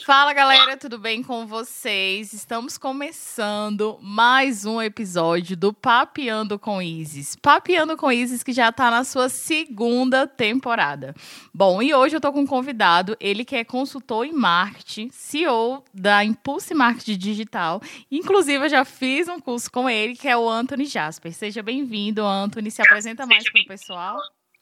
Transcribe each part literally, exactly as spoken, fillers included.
Fala, galera, tudo bem com vocês? Estamos começando mais um episódio do Papeando com Isis. Papeando com Isis, que já está na sua segunda temporada. Bom, e hoje eu estou com um convidado, ele que é consultor em marketing, C E O da Impulse Marketing Digital. Inclusive, eu já fiz um curso com ele, que é o Anthony Jasper. Seja bem-vindo, Anthony. Se apresenta mais para o pessoal.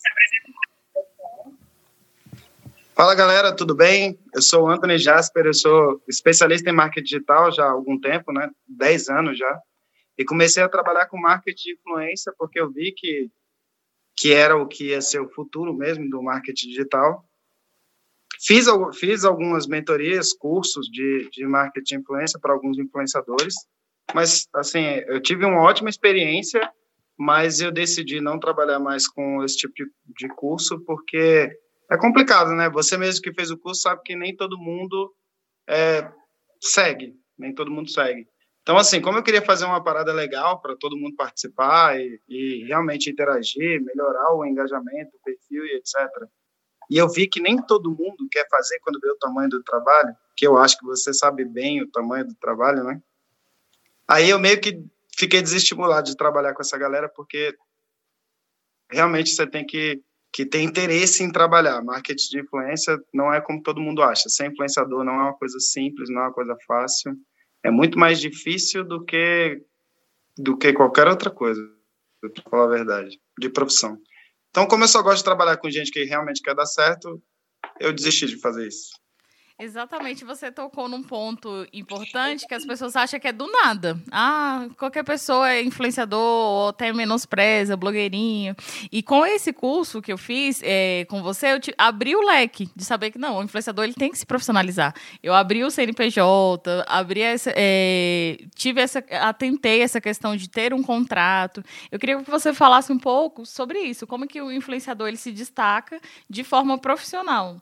Fala, galera, tudo bem? Eu sou o Anthony Jasper, eu sou especialista em marketing digital já há algum tempo, né? dez anos já. E comecei a trabalhar com marketing de influência porque eu vi que, que era o que ia ser o futuro mesmo do marketing digital. Fiz, fiz algumas mentorias, cursos de, de marketing de influência para alguns influenciadores, mas, assim, eu tive uma ótima experiência, mas eu decidi não trabalhar mais com esse tipo de, de curso porque... é complicado, né? Você mesmo que fez o curso sabe que nem todo mundo é, segue, nem todo mundo segue. Então, assim, como eu queria fazer uma parada legal para todo mundo participar e, e realmente interagir, melhorar o engajamento, o perfil e etcétera. E eu vi que nem todo mundo quer fazer quando vê o tamanho do trabalho, que eu acho que você sabe bem o tamanho do trabalho, né? Aí eu meio que fiquei desestimulado de trabalhar com essa galera, porque realmente você tem que que tem interesse em trabalhar. Marketing de influência não é como todo mundo acha. Ser influenciador não é uma coisa simples, não é uma coisa fácil. É muito mais difícil do que, do que qualquer outra coisa, para falar a verdade, de profissão. Então, como eu só gosto de trabalhar com gente que realmente quer dar certo, eu desisti de fazer isso. Exatamente, você tocou num ponto importante que as pessoas acham que é do nada. Ah, qualquer pessoa é influenciador ou até menospreza, blogueirinho. E com esse curso que eu fiz é, com você, eu te, abri o leque de saber que não, o influenciador ele tem que se profissionalizar. Eu abri o C N P J, abri essa, é, tive essa, atentei essa questão de ter um contrato. Eu queria que você falasse um pouco sobre isso, como que o influenciador ele se destaca de forma profissional.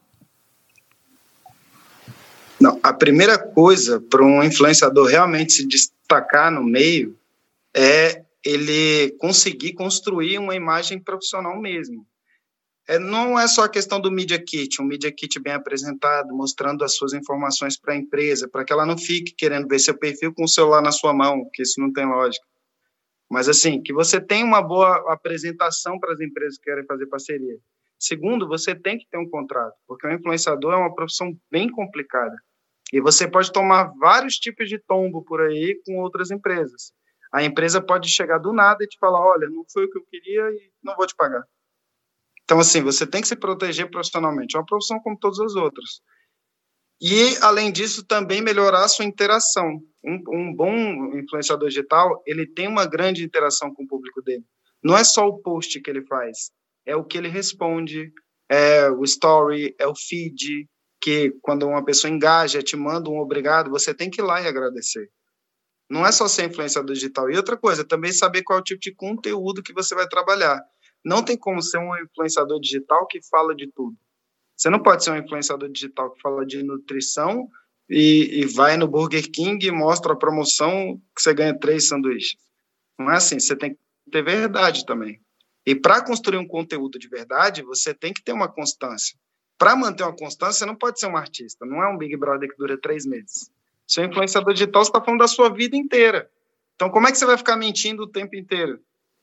Não, a primeira coisa para um influenciador realmente se destacar no meio é ele conseguir construir uma imagem profissional mesmo. É, não é só a questão do Media Kit, um Media Kit bem apresentado, mostrando as suas informações para a empresa, para que ela não fique querendo ver seu perfil com o celular na sua mão, que isso não tem lógica. Mas, assim, que você tenha uma boa apresentação para as empresas que querem fazer parceria. Segundo, você tem que ter um contrato, porque o influenciador é uma profissão bem complicada. E você pode tomar vários tipos de tombo por aí com outras empresas. A empresa pode chegar do nada e te falar, olha, não foi o que eu queria e não vou te pagar. Então, assim, você tem que se proteger profissionalmente. É uma profissão como todas as outras. E, além disso, também melhorar a sua interação. Um, um bom influenciador digital, ele tem uma grande interação com o público dele. Não é só o post que ele faz, é o que ele responde, é o story, é o feed, que quando uma pessoa engaja, te manda um obrigado, você tem que ir lá e agradecer. Não é só ser influenciador digital. E outra coisa, também saber qual é o tipo de conteúdo que você vai trabalhar. Não tem como ser um influenciador digital que fala de tudo. Você não pode ser um influenciador digital que fala de nutrição e, e vai no Burger King e mostra a promoção que você ganha três sanduíches. Não é assim, você tem que ter verdade também. E para construir um conteúdo de verdade, você tem que ter uma constância. Para manter uma constância, você não pode ser um artista, não é um Big Brother que dura três meses. Se é um influenciador digital, você está falando da sua vida inteira. Então, como é que você vai ficar mentindo o tempo inteiro?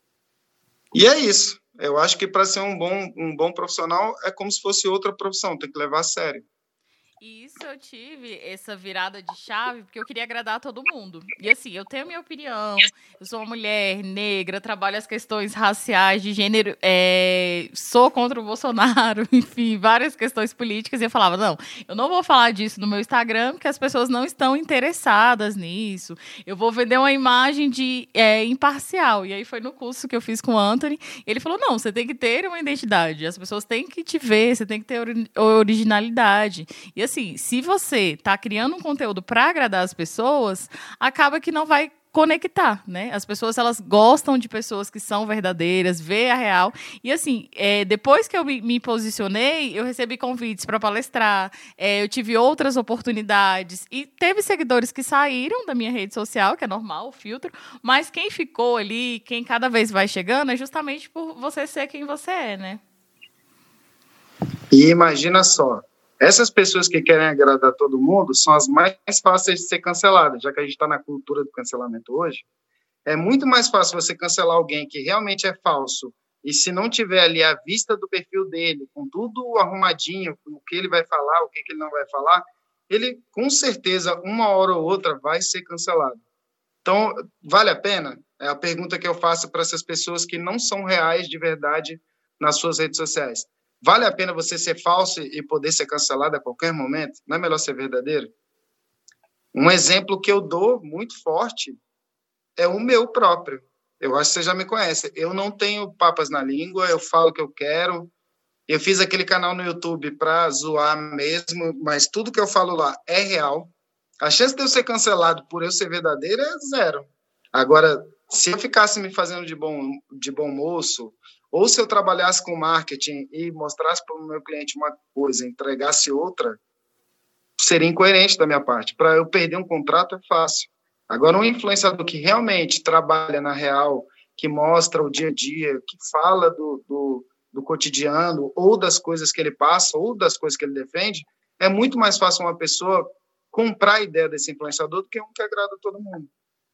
E é isso. Eu acho que para ser um bom, um bom profissional, é como se fosse outra profissão, tem que levar a sério. E isso eu tive essa virada de chave porque eu queria agradar a todo mundo. E assim, eu tenho a minha opinião, eu sou uma mulher negra, trabalho as questões raciais, de gênero, é, sou contra o Bolsonaro, enfim, várias questões políticas. E eu falava, não, eu não vou falar disso no meu Instagram porque as pessoas não estão interessadas nisso. Eu vou vender uma imagem de é, imparcial. E aí foi no curso que eu fiz com o Anthony. Ele falou, não, você tem que ter uma identidade, as pessoas têm que te ver, você tem que ter originalidade. E assim, se você está criando um conteúdo para agradar as pessoas, acaba que não vai conectar, né? As pessoas, elas gostam de pessoas que são verdadeiras, vê a real. E assim, é, depois que eu me, me posicionei, eu recebi convites para palestrar, é, eu tive outras oportunidades e teve seguidores que saíram da minha rede social, que é normal, o filtro, mas quem ficou ali, quem cada vez vai chegando, é justamente por você ser quem você é, né? E imagina só, Essas pessoas que querem agradar todo mundo são as mais fáceis de ser canceladas, já que a gente está na cultura do cancelamento hoje. É muito mais fácil você cancelar alguém que realmente é falso e se não tiver ali a vista do perfil dele, com tudo arrumadinho, o que ele vai falar, o que ele não vai falar, ele, com certeza, uma hora ou outra, vai ser cancelado. Então, vale a pena? É a pergunta que eu faço para essas pessoas que não são reais de verdade nas suas redes sociais. Vale a pena você ser falso e poder ser cancelado a qualquer momento? Não é melhor ser verdadeiro? Um exemplo que eu dou muito forte é o meu próprio. Eu acho que você já me conhece. Eu não tenho papas na língua, eu falo o que eu quero. Eu fiz aquele canal no YouTube para zoar mesmo, mas tudo que eu falo lá é real. A chance de eu ser cancelado por eu ser verdadeiro é zero. Agora, se eu ficasse me fazendo de bom, de bom moço, ou se eu trabalhasse com marketing e mostrasse para o meu cliente uma coisa, entregasse outra, seria incoerente da minha parte. Para eu perder um contrato é fácil. Agora, um influenciador que realmente trabalha na real, que mostra o dia a dia, que fala do, do, do cotidiano, ou das coisas que ele passa, ou das coisas que ele defende, é muito mais fácil uma pessoa comprar a ideia desse influenciador do que um que agrada a todo mundo.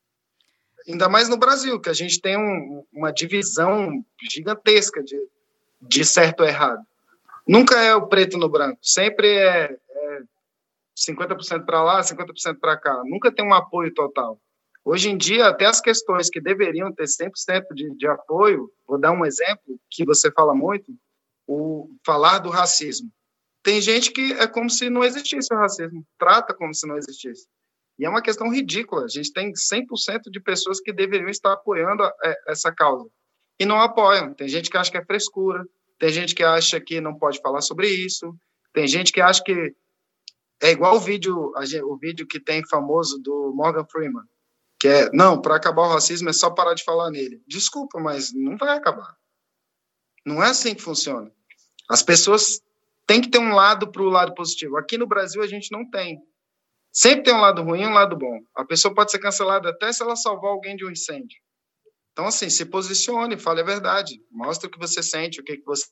Ainda mais no Brasil, que a gente tem um, uma divisão gigantesca de, de certo ou errado. Nunca é o preto no branco, sempre é, é cinquenta por cento para lá, cinquenta por cento para cá. Nunca tem um apoio total. Hoje em dia, até as questões que deveriam ter cem por cento de, de apoio, vou dar um exemplo que você fala muito, o falar do racismo. Tem gente que é como se não existisse o racismo, trata como se não existisse. E é uma questão ridícula. A gente tem cem por cento de pessoas que deveriam estar apoiando a, a, essa causa. E não apoiam. Tem gente que acha que é frescura, tem gente que acha que não pode falar sobre isso, tem gente que acha que é igual o vídeo, o vídeo que tem famoso do Morgan Freeman, que é, não, para acabar o racismo é só parar de falar nele. Desculpa, mas não vai acabar. Não é assim que funciona. As pessoas têm que ter um lado para o lado positivo. Aqui no Brasil a gente não tem. Sempre tem um lado ruim e um lado bom. A pessoa pode ser cancelada até se ela salvar alguém de um incêndio. Então, assim, se posicione, fale a verdade. Mostre o que você sente, o que você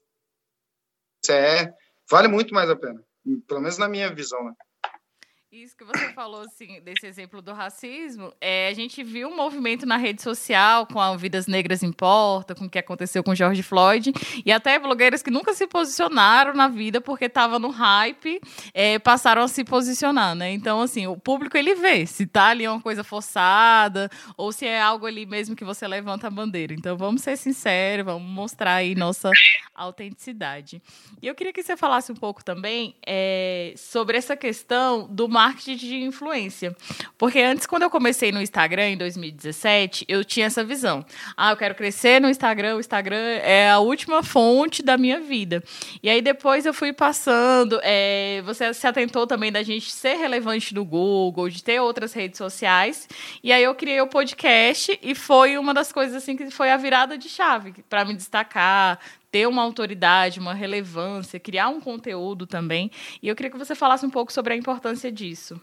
é. Vale muito mais a pena. Pelo menos na minha visão, né? Isso que você falou, assim, desse exemplo do racismo, é, a gente viu um movimento na rede social com a Vidas Negras Importa, com o que aconteceu com George Floyd, e até blogueiras que nunca se posicionaram na vida porque estavam no hype, é, passaram a se posicionar, né? Então, assim, o público, ele vê se tá ali uma coisa forçada ou se é algo ali mesmo que você levanta a bandeira. Então, vamos ser sinceros, vamos mostrar aí nossa autenticidade. E eu queria que você falasse um pouco também é, sobre essa questão do marketing de influência. Porque antes, quando eu comecei no Instagram, em dois mil e dezessete, eu tinha essa visão. Ah, eu quero crescer no Instagram, o Instagram é a última fonte da minha vida. E aí, depois eu fui passando, é, você se atentou também da gente ser relevante no Google, de ter outras redes sociais, e aí eu criei o podcast, e foi uma das coisas, assim, que foi a virada de chave, para me destacar, ter uma autoridade, uma relevância, criar um conteúdo também. E eu queria que você falasse um pouco sobre a importância disso.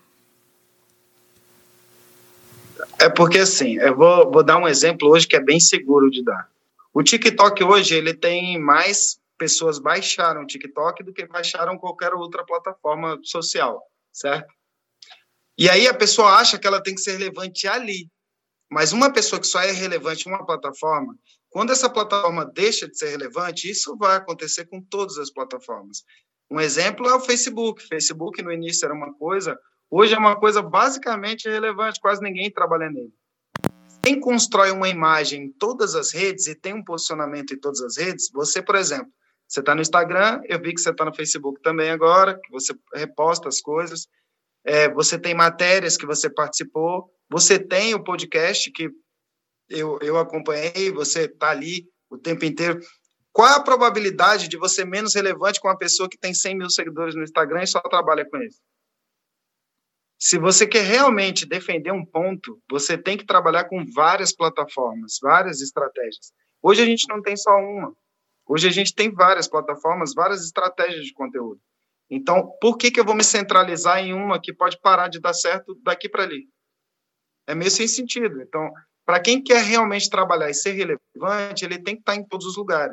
É porque, assim, eu vou, vou dar um exemplo hoje que é bem seguro de dar. O TikTok hoje, ele tem mais pessoas baixaram o TikTok do que baixaram qualquer outra plataforma social, certo? E aí a pessoa acha que ela tem que ser relevante ali. Mas uma pessoa que só é relevante em uma plataforma, quando essa plataforma deixa de ser relevante, isso vai acontecer com todas as plataformas. Um exemplo é o Facebook. O Facebook, no início, era uma coisa, hoje é uma coisa basicamente irrelevante, quase ninguém trabalha nele. Quem constrói uma imagem em todas as redes e tem um posicionamento em todas as redes, você, por exemplo, você está no Instagram, eu vi que você está no Facebook também agora, que você reposta as coisas, é, você tem matérias que você participou, você tem o podcast que eu, eu acompanhei, você está ali o tempo inteiro. Qual é a probabilidade de você ser menos relevante com uma pessoa que tem cem mil seguidores no Instagram e só trabalha com isso? Se você quer realmente defender um ponto, você tem que trabalhar com várias plataformas, várias estratégias. Hoje a gente não tem só uma. Hoje a gente tem várias plataformas, várias estratégias de conteúdo. Então, por que, que eu vou me centralizar em uma que pode parar de dar certo daqui para ali? É meio sem sentido. Então, para quem quer realmente trabalhar e ser relevante, ele tem que estar em todos os lugares.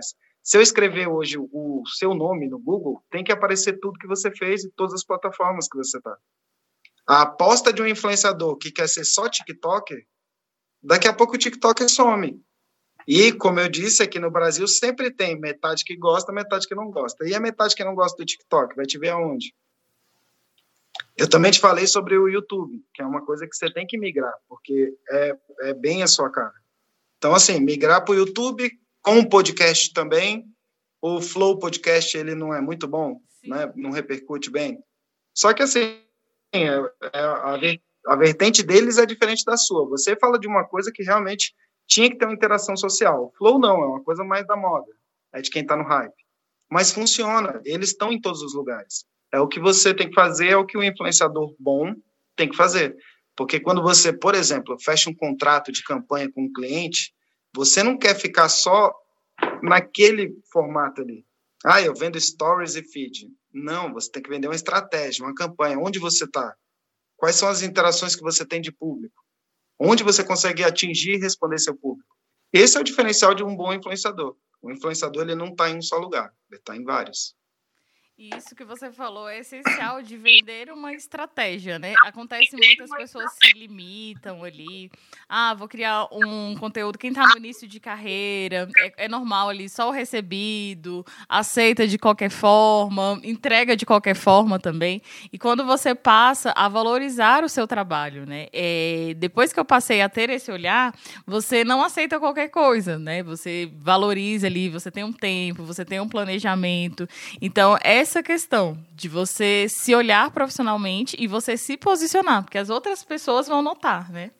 Se eu escrever hoje o seu nome no Google, tem que aparecer tudo que você fez em todas as plataformas que você está. A aposta de um influenciador que quer ser só TikToker, daqui a pouco o TikToker some. E, como eu disse, aqui no Brasil sempre tem metade que gosta, metade que não gosta. E a metade que não gosta do TikTok, vai te ver aonde? Eu também te falei sobre o YouTube, que é uma coisa que você tem que migrar, porque é, é bem a sua cara. Então, assim, migrar para o YouTube com o podcast também. O Flow Podcast, ele não é muito bom, né? Não repercute bem. Só que, assim, é, é, a, a vertente deles é diferente da sua. Você fala de uma coisa que realmente tinha que ter uma interação social. O Flow não, é uma coisa mais da moda. É de quem está no hype. Mas funciona. Eles estão em todos os lugares. É o que você tem que fazer, é o que o influenciador bom tem que fazer. Porque quando você, por exemplo, fecha um contrato de campanha com um cliente, você não quer ficar só naquele formato ali. Ah, eu vendo stories e feed. Não, você tem que vender uma estratégia, uma campanha. Onde você está? Quais são as interações que você tem de público? Onde você consegue atingir e responder seu público? Esse é o diferencial de um bom influenciador. O influenciador, ele não está em um só lugar, ele está em vários. Isso que você falou é essencial, de vender uma estratégia, né? Acontece muito, as pessoas se limitam ali. Ah, vou criar um conteúdo. Quem está no início de carreira, é, é normal ali, só o recebido, aceita de qualquer forma, entrega de qualquer forma também. E quando você passa a valorizar o seu trabalho, né? É, depois que eu passei a ter esse olhar, você não aceita qualquer coisa, né? Você valoriza ali, você tem um tempo, você tem um planejamento. Então, é essa questão de você se olhar profissionalmente e você se posicionar, porque as outras pessoas vão notar, né?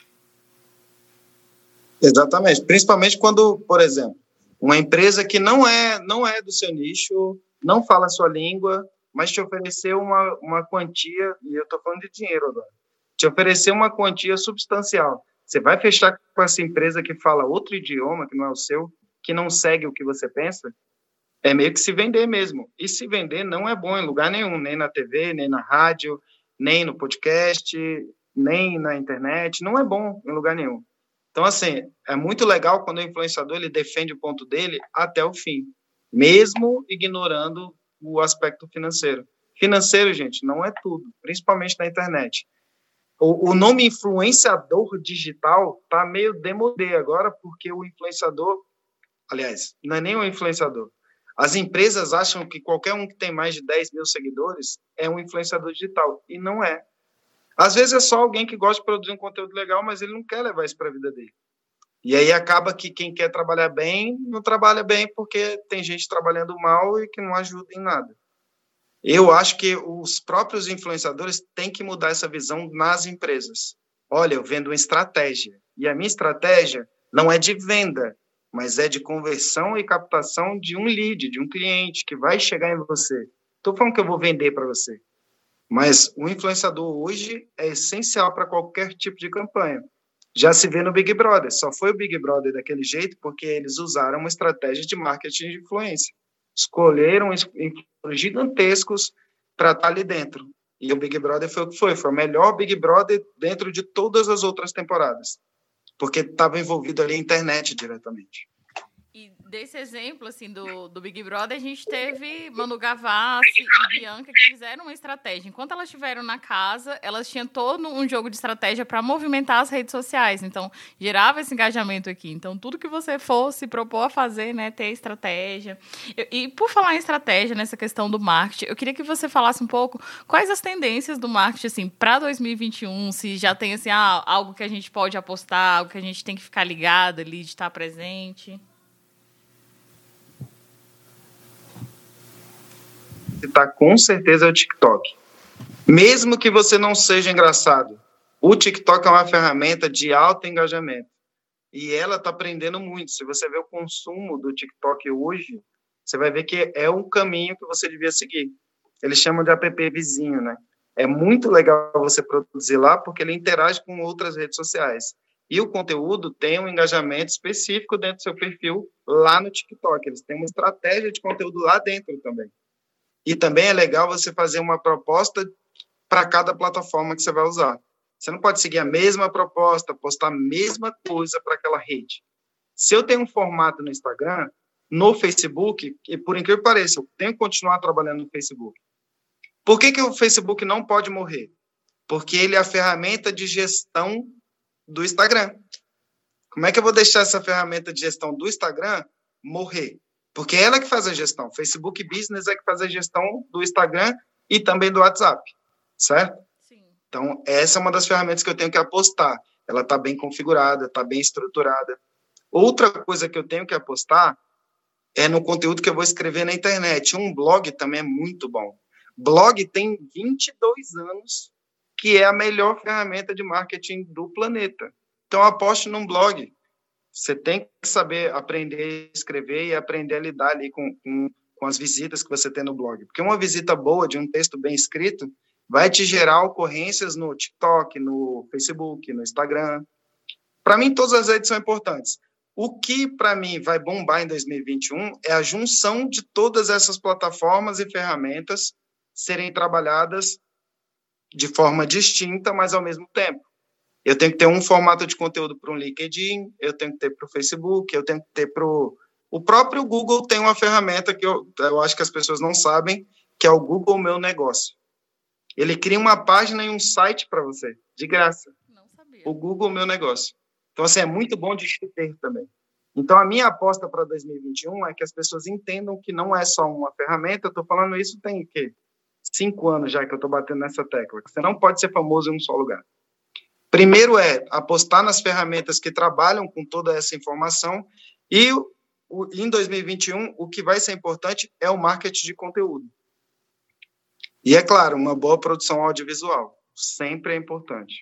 Exatamente. Principalmente quando, por exemplo, uma empresa que não é, não é do seu nicho, não fala a sua língua, mas te ofereceu uma, uma quantia, e eu estou falando de dinheiro agora, te ofereceu uma quantia substancial. Você vai fechar com essa empresa que fala outro idioma, que não é o seu, que não segue o que você pensa? É meio que se vender mesmo. E se vender não é bom em lugar nenhum, nem na T V, nem na rádio, nem no podcast, nem na internet. Não é bom em lugar nenhum. Então, assim, é muito legal quando o influenciador ele defende o ponto dele até o fim, mesmo ignorando o aspecto financeiro. Financeiro, gente, não é tudo, principalmente na internet. O, o nome influenciador digital está meio demodé agora, porque o influenciador, aliás, não é nem o influenciador, as empresas acham que qualquer um que tem mais de dez mil seguidores é um influenciador digital, e não é. Às vezes é só alguém que gosta de produzir um conteúdo legal, mas ele não quer levar isso para a vida dele. E aí acaba que quem quer trabalhar bem, não trabalha bem porque tem gente trabalhando mal e que não ajuda em nada. Eu acho que os próprios influenciadores têm que mudar essa visão nas empresas. Olha, eu vendo uma estratégia, e a minha estratégia não é de venda, mas é de conversão e captação de um lead, de um cliente que vai chegar em você. Estou falando que eu vou vender para você. Mas o influenciador hoje é essencial para qualquer tipo de campanha. Já se vê no Big Brother. Só foi o Big Brother daquele jeito porque eles usaram uma estratégia de marketing de influência. Escolheram influencers gigantescos para estar ali dentro. E o Big Brother foi o que foi. Foi o melhor Big Brother dentro de todas as outras temporadas. Porque estava envolvido ali a internet diretamente. E desse exemplo, assim, do, do Big Brother, a gente teve Manu Gavassi e Bianca que fizeram uma estratégia. Enquanto elas estiveram na casa, elas tinham todo um jogo de estratégia para movimentar as redes sociais. Então, gerava esse engajamento aqui. Então, tudo que você for se propor a fazer, né, ter estratégia. E, e por falar em estratégia, nessa questão do marketing, eu queria que você falasse um pouco quais as tendências do marketing, assim, para dois mil e vinte e um, se já tem, assim, ah, algo que a gente pode apostar, algo que a gente tem que ficar ligado ali, de estar presente. Tá, com certeza é o TikTok. Mesmo que você não seja engraçado, o TikTok é uma ferramenta de alto engajamento. E ela está aprendendo muito. Se você vê o consumo do TikTok hoje, você vai ver que é um caminho que você devia seguir. Eles chamam de app vizinho, né? É muito legal você produzir lá, porque ele interage com outras redes sociais. E o conteúdo tem um engajamento específico dentro do seu perfil lá no TikTok. Eles têm uma estratégia de conteúdo lá dentro também. E também é legal você fazer uma proposta para cada plataforma que você vai usar. Você não pode seguir a mesma proposta, postar a mesma coisa para aquela rede. Se eu tenho um formato no Instagram, no Facebook, e por incrível que pareça, eu tenho que continuar trabalhando no Facebook. Por que que o Facebook não pode morrer? Porque ele é a ferramenta de gestão do Instagram. Como é que eu vou deixar essa ferramenta de gestão do Instagram morrer? Porque é ela que faz a gestão. Facebook Business é que faz a gestão do Instagram e também do WhatsApp, certo? Sim. Então, essa é uma das ferramentas que eu tenho que apostar. Ela está bem configurada, está bem estruturada. Outra coisa que eu tenho que apostar é no conteúdo que eu vou escrever na internet. Um blog também é muito bom. Blog tem vinte e dois anos, que é a melhor ferramenta de marketing do planeta. Então, aposte num blog. Você tem que saber aprender a escrever e aprender a lidar ali com, com, com as visitas que você tem no blog. Porque uma visita boa de um texto bem escrito vai te gerar ocorrências no TikTok, no Facebook, no Instagram. Para mim, todas as redes são importantes. O que, para mim, vai bombar em dois mil e vinte e um é a junção de todas essas plataformas e ferramentas serem trabalhadas de forma distinta, mas ao mesmo tempo. Eu tenho que ter um formato de conteúdo para um LinkedIn, eu tenho que ter para o Facebook, eu tenho que ter para o... O próprio Google tem uma ferramenta que eu, eu acho que as pessoas não sabem, que é o Google Meu Negócio. Ele cria uma página e um site para você, de graça. Não sabia. O Google Meu Negócio. Então, assim, é muito bom de ter também. Então, a minha aposta para dois mil e vinte e um é que as pessoas entendam que não é só uma ferramenta. Eu estou falando isso tem, o quê? Cinco anos já que eu estou batendo nessa tecla. Você não pode ser famoso em um só lugar. Primeiro é apostar nas ferramentas que trabalham com toda essa informação e o, em dois mil e vinte e um o que vai ser importante é o marketing de conteúdo. E é claro, uma boa produção audiovisual. Sempre é importante.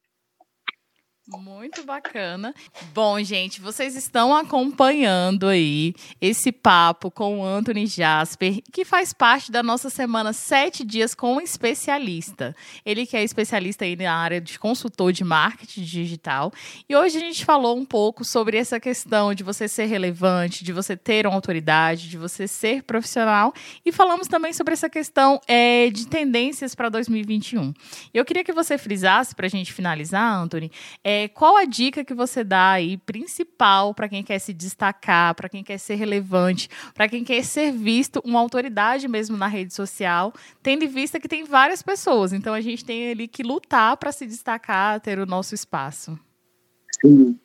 Muito bacana. Bom, gente, vocês estão acompanhando aí esse papo com o Anthony Jasper, que faz parte da nossa semana Sete Dias com um Especialista. Ele que é especialista aí na área de consultor de marketing digital. E hoje a gente falou um pouco sobre essa questão de você ser relevante, de você ter uma autoridade, de você ser profissional. E falamos também sobre essa questão é, de tendências para dois mil e vinte e um. Eu queria que você frisasse, para a gente finalizar, Anthony, é, É, qual a dica que você dá aí, principal, para quem quer se destacar, para quem quer ser relevante, para quem quer ser visto uma autoridade mesmo na rede social, tendo em vista que tem várias pessoas. Então, a gente tem ali que lutar para se destacar, ter o nosso espaço. Sim.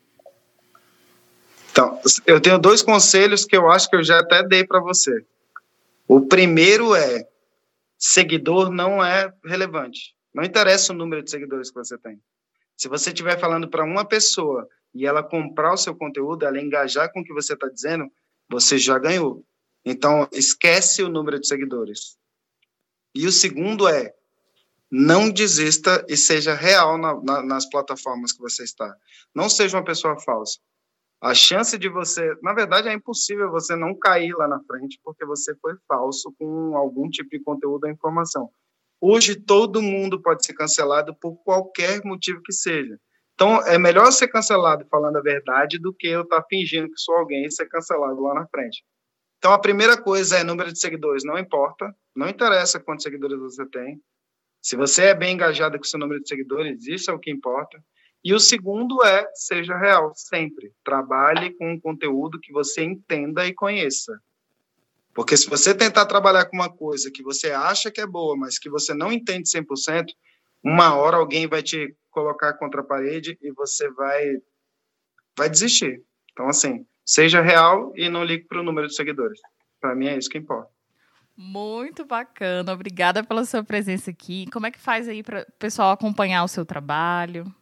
Então, eu tenho dois conselhos que eu acho que eu já até dei para você. O primeiro é, seguidor não é relevante. Não interessa o número de seguidores que você tem. Se você estiver falando para uma pessoa e ela comprar o seu conteúdo, ela engajar com o que você está dizendo, você já ganhou. Então, esquece o número de seguidores. E o segundo é, não desista e seja real na, na, nas plataformas que você está. Não seja uma pessoa falsa. A chance de você... Na verdade, é impossível você não cair lá na frente porque você foi falso com algum tipo de conteúdo ou informação. Hoje, todo mundo pode ser cancelado por qualquer motivo que seja. Então, é melhor ser cancelado falando a verdade do que eu estar fingindo que sou alguém e ser cancelado lá na frente. Então, a primeira coisa é número de seguidores. Não importa. Não interessa quantos seguidores você tem. Se você é bem engajado com o seu número de seguidores, isso é o que importa. E o segundo é, seja real, sempre. Trabalhe com um conteúdo que você entenda e conheça. Porque se você tentar trabalhar com uma coisa que você acha que é boa, mas que você não entende cem por cento, uma hora alguém vai te colocar contra a parede e você vai, vai desistir. Então, assim, seja real e não ligue para o número de seguidores. Para mim é isso que importa. Muito bacana. Obrigada pela sua presença aqui. Como é que faz aí para o pessoal acompanhar o seu trabalho?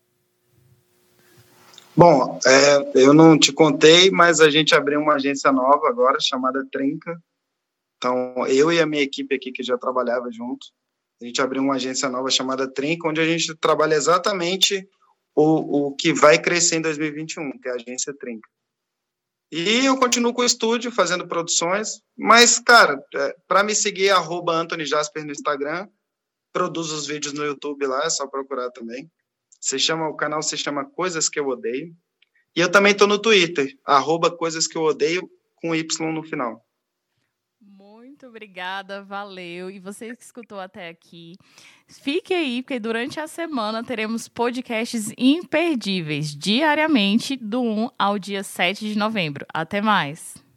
Bom, é, eu não te contei, mas a gente abriu uma agência nova agora, chamada Trinca. Então, eu e a minha equipe aqui, que já trabalhava junto, a gente abriu uma agência nova chamada Trinca, onde a gente trabalha exatamente o, o que vai crescer em dois mil e vinte e um, que é a agência Trinca. E eu continuo com o estúdio, fazendo produções, mas, cara, é, para me seguir, arroba Anthony Jasper no Instagram, produzo os vídeos no YouTube lá, é só procurar também. Você chama, o canal se chama Coisas que eu Odeio. E eu também estou no Twitter, arroba Coisas que eu Odeio, com Y no final. Muito obrigada, valeu. E você que escutou até aqui, fique aí, porque durante a semana teremos podcasts imperdíveis, diariamente, do um ao dia sete de novembro. Até mais!